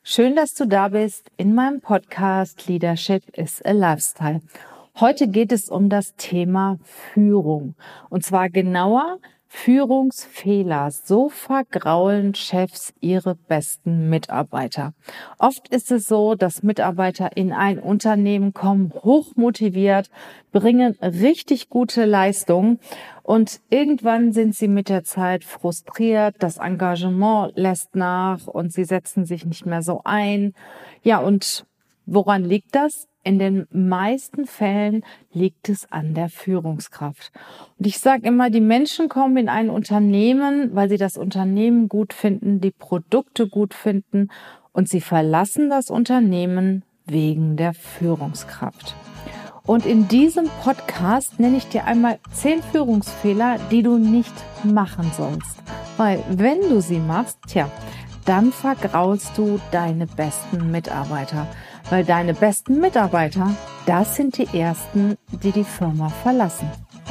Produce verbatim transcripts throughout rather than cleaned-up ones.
Schön, dass du da bist in meinem Podcast Leadership is a Lifestyle. Heute geht es um das Thema Führung. Und zwar genauer Führungsfehler. So vergraulen Chefs ihre besten Mitarbeiter. Oft ist es so, dass Mitarbeiter in ein Unternehmen kommen, hochmotiviert, bringen richtig gute Leistungen und irgendwann sind sie mit der Zeit frustriert, das Engagement lässt nach und sie setzen sich nicht mehr so ein. Ja, und woran liegt das? In den meisten Fällen liegt es an der Führungskraft. Und ich sage immer, die Menschen kommen in ein Unternehmen, weil sie das Unternehmen gut finden, die Produkte gut finden und sie verlassen das Unternehmen wegen der Führungskraft. Und in diesem Podcast nenne ich dir einmal zehn Führungsfehler, die du nicht machen sollst. Weil wenn du sie machst, tja, dann vergraulst du deine besten Mitarbeiter. Weil deine besten Mitarbeiter, das sind die ersten, die die Firma verlassen.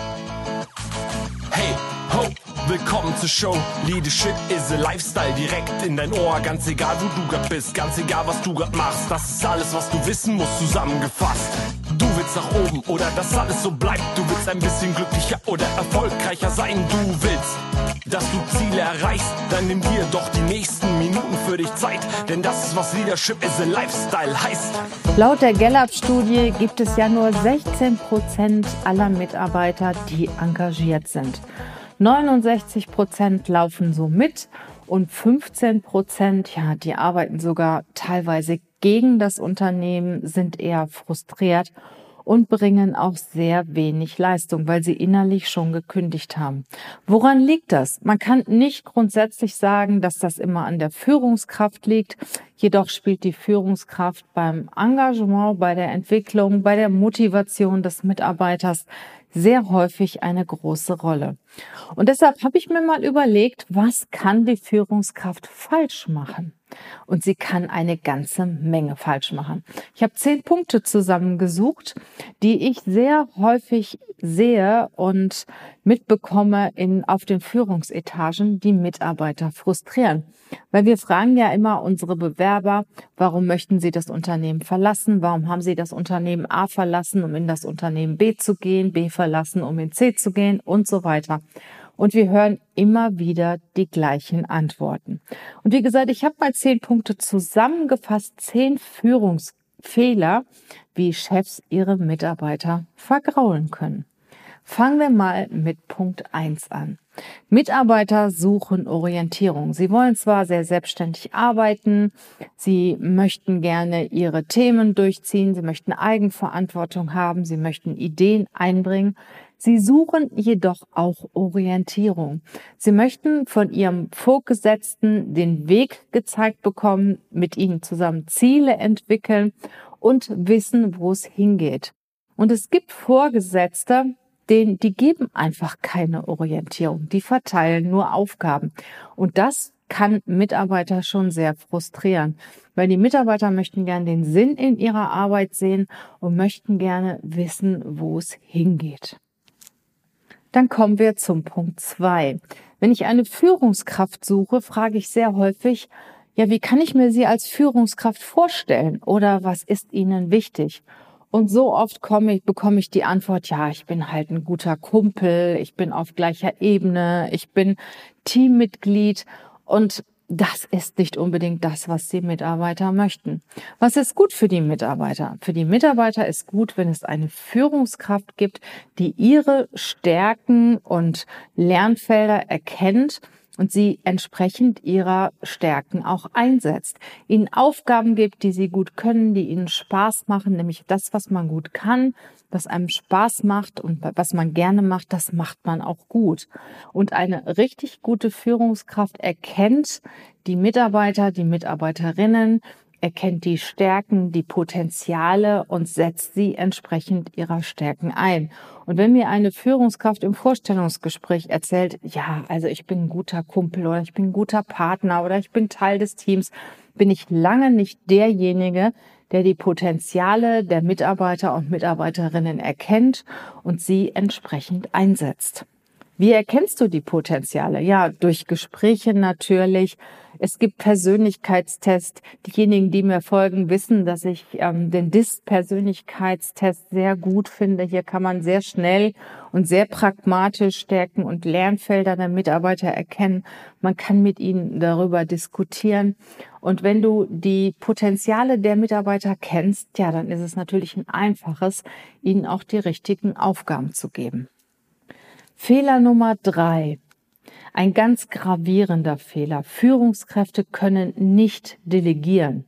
Hey, ho, willkommen zur Show. Leadership is a Lifestyle, direkt in dein Ohr. Ganz egal, wo du grad bist, ganz egal, was du grad machst. Das ist alles, was du wissen musst, zusammengefasst. Du willst nach oben oder dass alles so bleibt. Du willst ein bisschen glücklicher oder erfolgreicher sein. Du willst, dass du Ziele erreichst. Dann nimm dir doch die nächsten Minuten für dich Zeit. Denn das ist, was Leadership is a Lifestyle heißt. Laut der Gallup-Studie gibt es ja nur sechzehn Prozent aller Mitarbeiter, die engagiert sind. neunundsechzig Prozent laufen so mit und fünfzehn Prozent, ja, die arbeiten sogar teilweise gegen das Unternehmen, sind eher frustriert und bringen auch sehr wenig Leistung, weil sie innerlich schon gekündigt haben. Woran liegt das? Man kann nicht grundsätzlich sagen, dass das immer an der Führungskraft liegt. Jedoch spielt die Führungskraft beim Engagement, bei der Entwicklung, bei der Motivation des Mitarbeiters sehr häufig eine große Rolle. Und deshalb habe ich mir mal überlegt, was kann die Führungskraft falsch machen? Und sie kann eine ganze Menge falsch machen. Ich habe zehn Punkte zusammengesucht, die ich sehr häufig sehe und mitbekomme in, auf den Führungsetagen, die Mitarbeiter frustrieren. Weil wir fragen ja immer unsere Bewerber, warum möchten sie das Unternehmen verlassen? Warum haben sie das Unternehmen A verlassen, um in das Unternehmen B zu gehen, B verlassen, um in C zu gehen und so weiter. Und wir hören immer wieder die gleichen Antworten. Und wie gesagt, ich habe mal zehn Punkte zusammengefasst, zehn Führungsfehler, wie Chefs ihre Mitarbeiter vergraulen können. Fangen wir mal mit Punkt eins an. Mitarbeiter suchen Orientierung. Sie wollen zwar sehr selbstständig arbeiten, sie möchten gerne ihre Themen durchziehen, sie möchten Eigenverantwortung haben, sie möchten Ideen einbringen. Sie suchen jedoch auch Orientierung. Sie möchten von ihrem Vorgesetzten den Weg gezeigt bekommen, mit ihnen zusammen Ziele entwickeln und wissen, wo es hingeht. Und es gibt Vorgesetzte, denen, die geben einfach keine Orientierung. Die verteilen nur Aufgaben. Und das kann Mitarbeiter schon sehr frustrieren, weil die Mitarbeiter möchten gerne den Sinn in ihrer Arbeit sehen und möchten gerne wissen, wo es hingeht. Dann kommen wir zum Punkt zwei. Wenn ich eine Führungskraft suche, frage ich sehr häufig, ja, wie kann ich mir sie als Führungskraft vorstellen oder was ist ihnen wichtig? Und so oft komme ich, bekomme ich die Antwort, ja, ich bin halt ein guter Kumpel, ich bin auf gleicher Ebene, ich bin Teammitglied und das ist nicht unbedingt das, was die Mitarbeiter möchten. Was ist gut für die Mitarbeiter? Für die Mitarbeiter ist gut, wenn es eine Führungskraft gibt, die ihre Stärken und Lernfelder erkennt und sie entsprechend ihrer Stärken auch einsetzt. Ihnen Aufgaben gibt, die sie gut können, die ihnen Spaß machen, nämlich das, was man gut kann, was einem Spaß macht und was man gerne macht, das macht man auch gut. Und eine richtig gute Führungskraft erkennt die Mitarbeiter, die Mitarbeiterinnen, erkennt die Stärken, die Potenziale und setzt sie entsprechend ihrer Stärken ein. Und wenn mir eine Führungskraft im Vorstellungsgespräch erzählt, ja, also ich bin ein guter Kumpel oder ich bin ein guter Partner oder ich bin Teil des Teams, bin ich lange nicht derjenige, der die Potenziale der Mitarbeiter und Mitarbeiterinnen erkennt und sie entsprechend einsetzt. Wie erkennst du die Potenziale? Ja, durch Gespräche natürlich. Es gibt Persönlichkeitstests. Diejenigen, die mir folgen, wissen, dass ich ähm, den D I S T-Persönlichkeitstest sehr gut finde. Hier kann man sehr schnell und sehr pragmatisch Stärken und Lernfelder der Mitarbeiter erkennen. Man kann mit ihnen darüber diskutieren. Und wenn du die Potenziale der Mitarbeiter kennst, ja, dann ist es natürlich ein einfaches, ihnen auch die richtigen Aufgaben zu geben. Fehler Nummer drei. Ein ganz gravierender Fehler. Führungskräfte können nicht delegieren.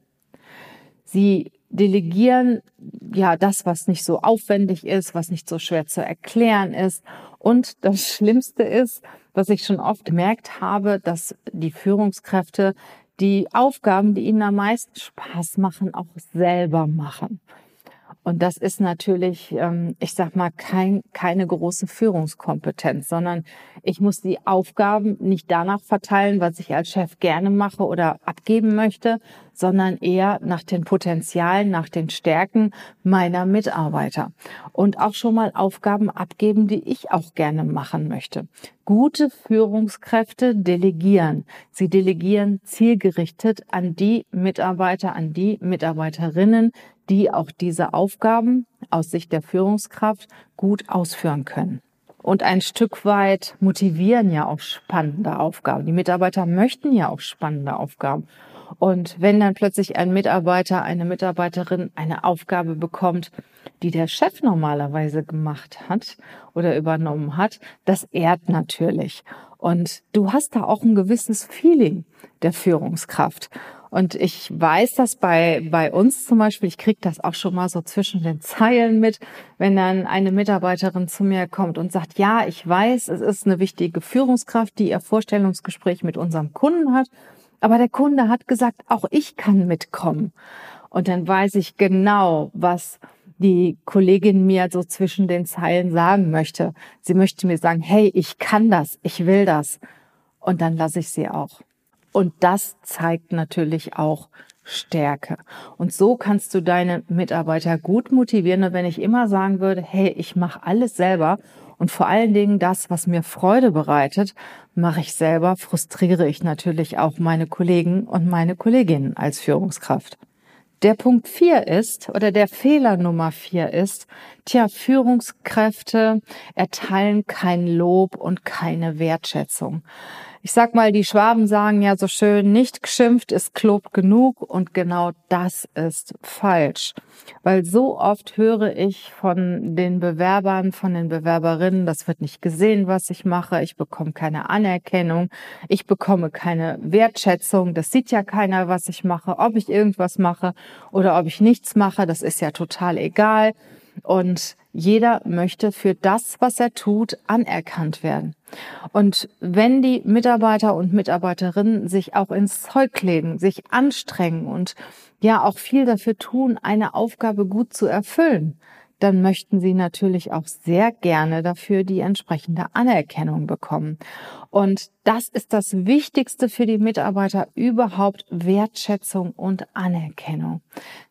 Sie delegieren ja das, was nicht so aufwendig ist, was nicht so schwer zu erklären ist. Und das Schlimmste ist, was ich schon oft gemerkt habe, dass die Führungskräfte die Aufgaben, die ihnen am meisten Spaß machen, auch selber machen. Und das ist natürlich, ich sag mal, kein, keine große Führungskompetenz, sondern ich muss die Aufgaben nicht danach verteilen, was ich als Chef gerne mache oder abgeben möchte, sondern eher nach den Potenzialen, nach den Stärken meiner Mitarbeiter. Und auch schon mal Aufgaben abgeben, die ich auch gerne machen möchte. Gute Führungskräfte delegieren. Sie delegieren zielgerichtet an die Mitarbeiter, an die Mitarbeiterinnen, die auch diese Aufgaben aus Sicht der Führungskraft gut ausführen können. Und ein Stück weit motivieren ja auch spannende Aufgaben. Die Mitarbeiter möchten ja auch spannende Aufgaben. Und wenn dann plötzlich ein Mitarbeiter, eine Mitarbeiterin eine Aufgabe bekommt, die der Chef normalerweise gemacht hat oder übernommen hat, das ehrt natürlich. Und du hast da auch ein gewisses Feeling der Führungskraft. Und ich weiß das bei bei uns zum Beispiel, ich kriege das auch schon mal so zwischen den Zeilen mit, wenn dann eine Mitarbeiterin zu mir kommt und sagt, ja, ich weiß, es ist eine wichtige Führungskraft, die ihr Vorstellungsgespräch mit unserem Kunden hat, aber der Kunde hat gesagt, auch ich kann mitkommen. Und dann weiß ich genau, was die Kollegin mir so zwischen den Zeilen sagen möchte. Sie möchte mir sagen, hey, ich kann das, ich will das. Und dann lasse ich sie auch. Und das zeigt natürlich auch Stärke. Und so kannst du deine Mitarbeiter gut motivieren. Und wenn ich immer sagen würde, hey, ich mache alles selber und vor allen Dingen das, was mir Freude bereitet, mache ich selber, frustriere ich natürlich auch meine Kollegen und meine Kolleginnen als Führungskraft. Der Punkt vier ist, oder der Fehler Nummer vier ist, tja, Führungskräfte erteilen kein Lob und keine Wertschätzung. Ich sag mal, die Schwaben sagen ja so schön, nicht geschimpft ist gelobt genug, und genau das ist falsch. Weil so oft höre ich von den Bewerbern, von den Bewerberinnen, das wird nicht gesehen, was ich mache, ich bekomme keine Anerkennung, ich bekomme keine Wertschätzung, das sieht ja keiner, was ich mache, ob ich irgendwas mache oder ob ich nichts mache, das ist ja total egal. Und jeder möchte für das, was er tut, anerkannt werden. Und wenn die Mitarbeiter und Mitarbeiterinnen sich auch ins Zeug legen, sich anstrengen und ja auch viel dafür tun, eine Aufgabe gut zu erfüllen, dann möchten sie natürlich auch sehr gerne dafür die entsprechende Anerkennung bekommen. Und das ist das Wichtigste für die Mitarbeiter überhaupt, Wertschätzung und Anerkennung.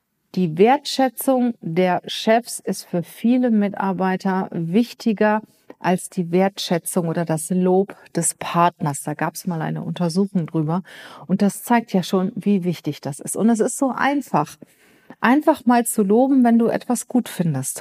Die Wertschätzung der Chefs ist für viele Mitarbeiter wichtiger als die Wertschätzung oder das Lob des Partners. Da gab es mal eine Untersuchung drüber. Und das zeigt ja schon, wie wichtig das ist. Und es ist so einfach. Einfach mal zu loben, wenn du etwas gut findest.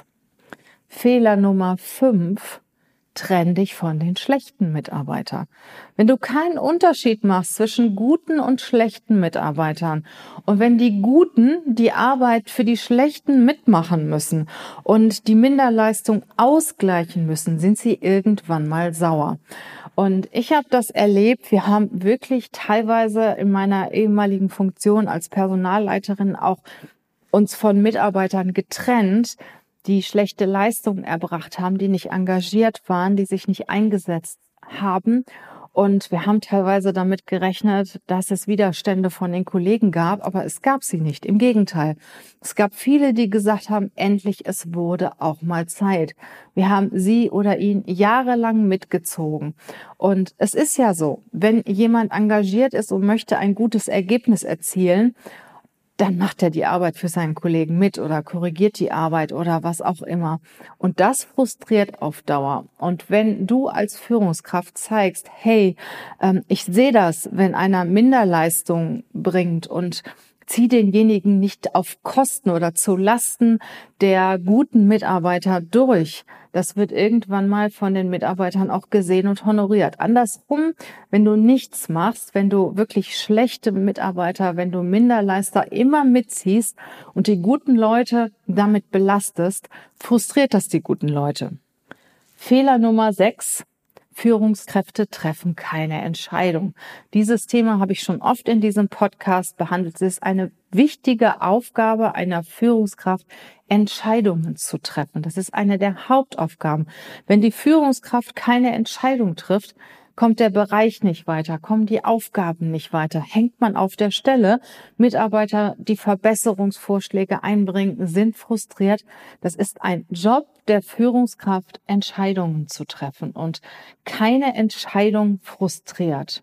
Fehler Nummer fünf. Trenn dich von den schlechten Mitarbeitern. Wenn du keinen Unterschied machst zwischen guten und schlechten Mitarbeitern und wenn die Guten die Arbeit für die Schlechten mitmachen müssen und die Minderleistung ausgleichen müssen, sind sie irgendwann mal sauer. Und ich habe das erlebt, wir haben wirklich teilweise in meiner ehemaligen Funktion als Personalleiterin auch uns von Mitarbeitern getrennt, die schlechte Leistungen erbracht haben, die nicht engagiert waren, die sich nicht eingesetzt haben. Und wir haben teilweise damit gerechnet, dass es Widerstände von den Kollegen gab, aber es gab sie nicht. Im Gegenteil. Es gab viele, die gesagt haben, endlich, es wurde auch mal Zeit. Wir haben sie oder ihn jahrelang mitgezogen. Und es ist ja so, wenn jemand engagiert ist und möchte ein gutes Ergebnis erzielen, dann macht er die Arbeit für seinen Kollegen mit oder korrigiert die Arbeit oder was auch immer. Und das frustriert auf Dauer. Und wenn du als Führungskraft zeigst, hey, ähm, ich sehe das, wenn einer Minderleistung bringt und zieh denjenigen nicht auf Kosten oder zu Lasten der guten Mitarbeiter durch. Das wird irgendwann mal von den Mitarbeitern auch gesehen und honoriert. Andersrum, wenn du nichts machst, wenn du wirklich schlechte Mitarbeiter, wenn du Minderleister immer mitziehst und die guten Leute damit belastest, frustriert das die guten Leute. Fehler Nummer sechs. Führungskräfte treffen keine Entscheidung. Dieses Thema habe ich schon oft in diesem Podcast behandelt. Es ist eine wichtige Aufgabe einer Führungskraft, Entscheidungen zu treffen. Das ist eine der Hauptaufgaben. Wenn die Führungskraft keine Entscheidung trifft, kommt der Bereich nicht weiter, kommen die Aufgaben nicht weiter, hängt man auf der Stelle. Mitarbeiter, die Verbesserungsvorschläge einbringen, sind frustriert. Das ist ein Job der Führungskraft, Entscheidungen zu treffen, und keine Entscheidung frustriert.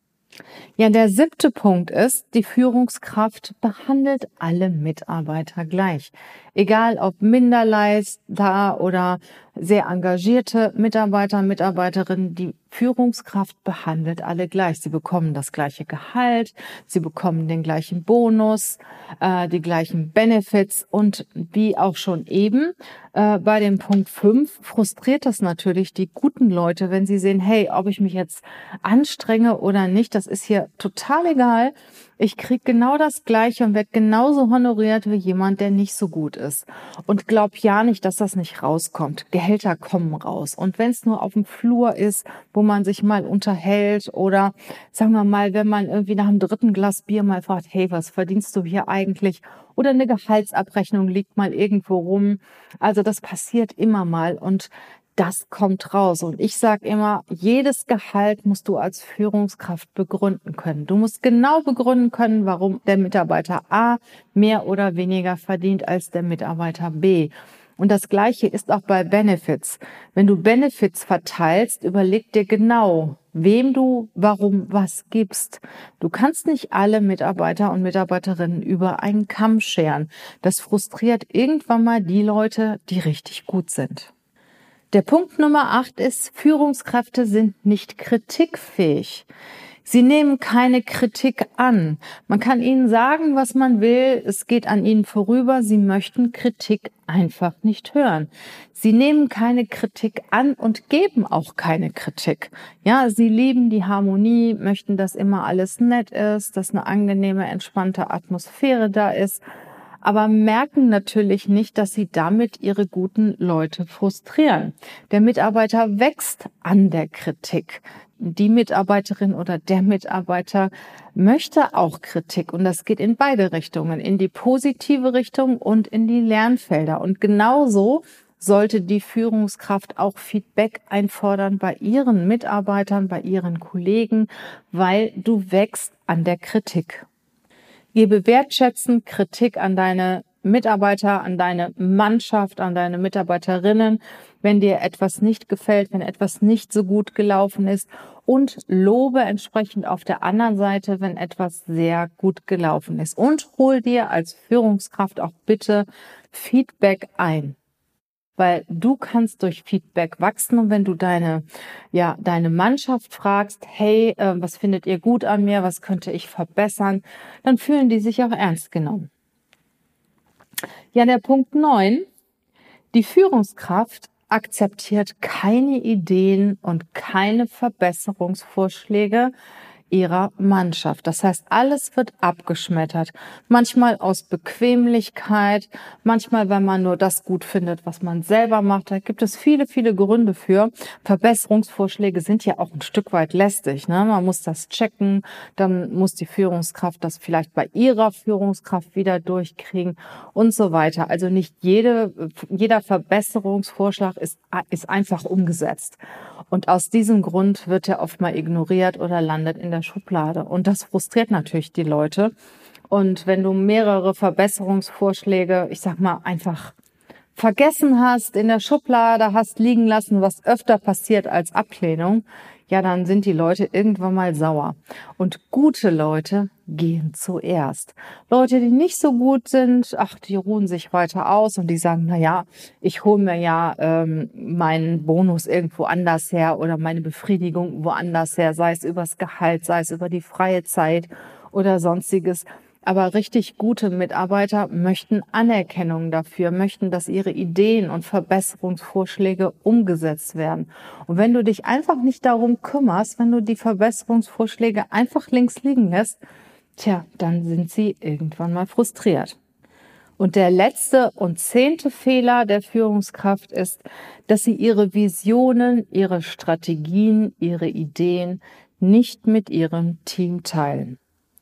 Ja, der siebte Punkt ist, die Führungskraft behandelt alle Mitarbeiter gleich. Egal ob Minderleister oder sehr engagierte Mitarbeiter, Mitarbeiterinnen, die Führungskraft behandelt alle gleich. Sie bekommen das gleiche Gehalt, sie bekommen den gleichen Bonus, äh, die gleichen Benefits, und wie auch schon eben äh, bei dem Punkt fünf frustriert das natürlich die guten Leute, wenn sie sehen, hey, ob ich mich jetzt anstrenge oder nicht, das ist hier total egal. Ich kriege genau das Gleiche und werde genauso honoriert wie jemand, der nicht so gut ist. Und glaub ja nicht, dass das nicht rauskommt. Gehälter kommen raus. Und wenn es nur auf dem Flur ist, wo man sich mal unterhält, oder sagen wir mal, wenn man irgendwie nach dem dritten Glas Bier mal fragt, hey, was verdienst du hier eigentlich? Oder eine Gehaltsabrechnung liegt mal irgendwo rum. Also das passiert immer mal, und das kommt raus. Und ich sage immer, jedes Gehalt musst du als Führungskraft begründen können. Du musst genau begründen können, warum der Mitarbeiter A mehr oder weniger verdient als der Mitarbeiter B. Und das Gleiche ist auch bei Benefits. Wenn du Benefits verteilst, überleg dir genau, wem du warum was gibst. Du kannst nicht alle Mitarbeiter und Mitarbeiterinnen über einen Kamm scheren. Das frustriert irgendwann mal die Leute, die richtig gut sind. Der Punkt Nummer acht ist, Führungskräfte sind nicht kritikfähig. Sie nehmen keine Kritik an. Man kann ihnen sagen, was man will, es geht an ihnen vorüber. Sie möchten Kritik einfach nicht hören. Sie nehmen keine Kritik an und geben auch keine Kritik. Ja, sie lieben die Harmonie, möchten, dass immer alles nett ist, dass eine angenehme, entspannte Atmosphäre da ist, aber merken natürlich nicht, dass sie damit ihre guten Leute frustrieren. Der Mitarbeiter wächst an der Kritik. Die Mitarbeiterin oder der Mitarbeiter möchte auch Kritik, und das geht in beide Richtungen, in die positive Richtung und in die Lernfelder. Und genauso sollte die Führungskraft auch Feedback einfordern bei ihren Mitarbeitern, bei ihren Kollegen, weil du wächst an der Kritik. Gebe wertschätzend Kritik an deine Mitarbeiter, an deine Mannschaft, an deine Mitarbeiterinnen, wenn dir etwas nicht gefällt, wenn etwas nicht so gut gelaufen ist, und lobe entsprechend auf der anderen Seite, wenn etwas sehr gut gelaufen ist. Und hol dir als Führungskraft auch bitte Feedback ein. Weil du kannst durch Feedback wachsen, und wenn du deine, ja, deine Mannschaft fragst, hey, äh, was findet ihr gut an mir, was könnte ich verbessern, dann fühlen die sich auch ernst genommen. Ja, der Punkt neun, die Führungskraft akzeptiert keine Ideen und keine Verbesserungsvorschläge ihrer Mannschaft. Das heißt, alles wird abgeschmettert. Manchmal aus Bequemlichkeit, manchmal, weil man nur das gut findet, was man selber macht. Da gibt es viele, viele Gründe für. Verbesserungsvorschläge sind ja auch ein Stück weit lästig, ne? Man muss das checken, dann muss die Führungskraft das vielleicht bei ihrer Führungskraft wieder durchkriegen und so weiter. Also nicht jede, jeder Verbesserungsvorschlag ist, ist einfach umgesetzt. Und aus diesem Grund wird er oft mal ignoriert oder landet in der Schublade. Und das frustriert natürlich die Leute. Und wenn du mehrere Verbesserungsvorschläge, ich sag mal, einfach vergessen hast, in der Schublade hast liegen lassen, was öfter passiert als Ablehnung, ja, dann sind die Leute irgendwann mal sauer. Und gute Leute gehen zuerst. Leute, die nicht so gut sind, ach, die ruhen sich weiter aus und die sagen, na ja, ich hole mir ja ähm, meinen Bonus irgendwo anders her oder meine Befriedigung woanders her, sei es übers Gehalt, sei es über die freie Zeit oder sonstiges. Aber richtig gute Mitarbeiter möchten Anerkennung dafür, möchten, dass ihre Ideen und Verbesserungsvorschläge umgesetzt werden. Und wenn du dich einfach nicht darum kümmerst, wenn du die Verbesserungsvorschläge einfach links liegen lässt, tja, dann sind sie irgendwann mal frustriert. Und der letzte und zehnte Fehler der Führungskraft ist, dass sie ihre Visionen, ihre Strategien, ihre Ideen nicht mit ihrem Team teilen.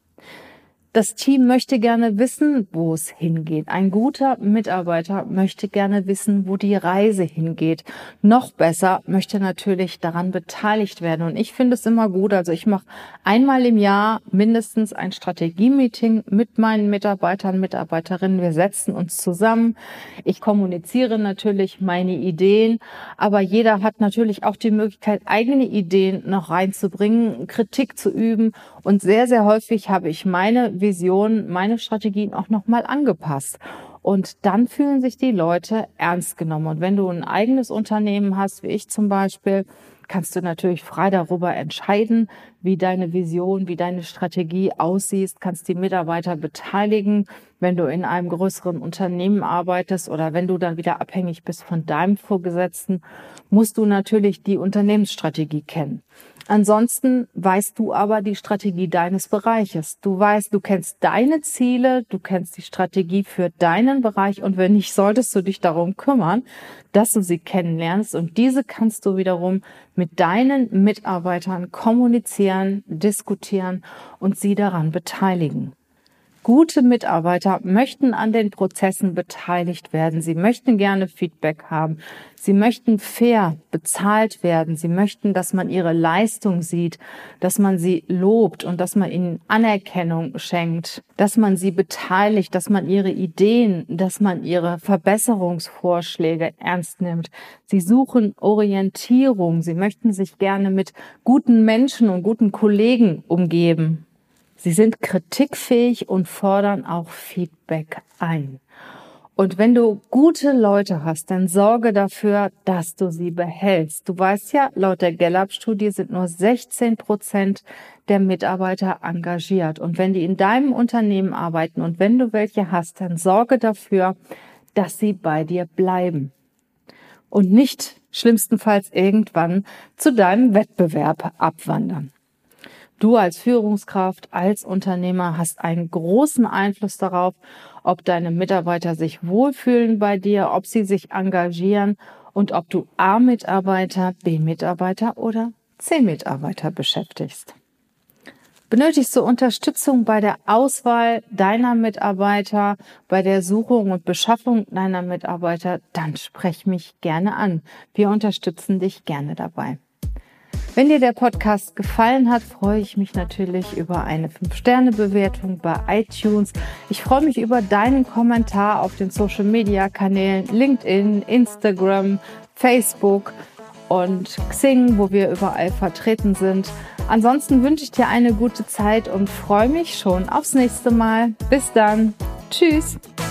Das Team möchte gerne wissen, wo es hingeht. Ein guter Mitarbeiter möchte gerne wissen, wo die Reise hingeht. Noch besser möchte natürlich daran beteiligt werden. Und ich finde es immer gut, also ich mache einmal im Jahr mindestens ein Strategie-Meeting mit meinen Mitarbeitern, Mitarbeiterinnen. Wir setzen uns zusammen. Ich kommuniziere natürlich meine Ideen, aber jeder hat natürlich auch die Möglichkeit, eigene Ideen noch reinzubringen, Kritik zu üben. Und sehr, sehr häufig habe ich meine Vision, meine Strategien auch nochmal angepasst. Und dann fühlen sich die Leute ernst genommen. Und wenn du ein eigenes Unternehmen hast, wie ich zum Beispiel, kannst du natürlich frei darüber entscheiden, wie deine Vision, wie deine Strategie aussieht, kannst die Mitarbeiter beteiligen. Wenn du in einem größeren Unternehmen arbeitest oder wenn du dann wieder abhängig bist von deinem Vorgesetzten, musst du natürlich die Unternehmensstrategie kennen. Ansonsten weißt du aber die Strategie deines Bereiches. Du weißt, du kennst deine Ziele, du kennst die Strategie für deinen Bereich und wenn nicht, solltest du dich darum kümmern, dass du sie kennenlernst und diese kannst du wiederum mit deinen Mitarbeitern kommunizieren, diskutieren und sie daran beteiligen. Gute Mitarbeiter möchten an den Prozessen beteiligt werden. Sie möchten gerne Feedback haben. Sie möchten fair bezahlt werden. Sie möchten, dass man ihre Leistung sieht, dass man sie lobt und dass man ihnen Anerkennung schenkt, dass man sie beteiligt, dass man ihre Ideen, dass man ihre Verbesserungsvorschläge ernst nimmt. Sie suchen Orientierung. Sie möchten sich gerne mit guten Menschen und guten Kollegen umgeben. Sie sind kritikfähig und fordern auch Feedback ein. Und wenn du gute Leute hast, dann sorge dafür, dass du sie behältst. Du weißt ja, laut der Gallup-Studie sind nur sechzehn Prozent der Mitarbeiter engagiert. Und wenn die in deinem Unternehmen arbeiten und wenn du welche hast, dann sorge dafür, dass sie bei dir bleiben. Und nicht schlimmstenfalls irgendwann zu deinem Wettbewerb abwandern. Du als Führungskraft, als Unternehmer hast einen großen Einfluss darauf, ob deine Mitarbeiter sich wohlfühlen bei dir, ob sie sich engagieren und ob du A-Mitarbeiter, B-Mitarbeiter oder C-Mitarbeiter beschäftigst. Benötigst du Unterstützung bei der Auswahl deiner Mitarbeiter, bei der Suchung und Beschaffung deiner Mitarbeiter, dann sprech mich gerne an. Wir unterstützen dich gerne dabei. Wenn dir der Podcast gefallen hat, freue ich mich natürlich über eine fünf Sterne Bewertung bei iTunes. Ich freue mich über deinen Kommentar auf den Social-Media-Kanälen LinkedIn, Instagram, Facebook und Xing, wo wir überall vertreten sind. Ansonsten wünsche ich dir eine gute Zeit und freue mich schon aufs nächste Mal. Bis dann. Tschüss.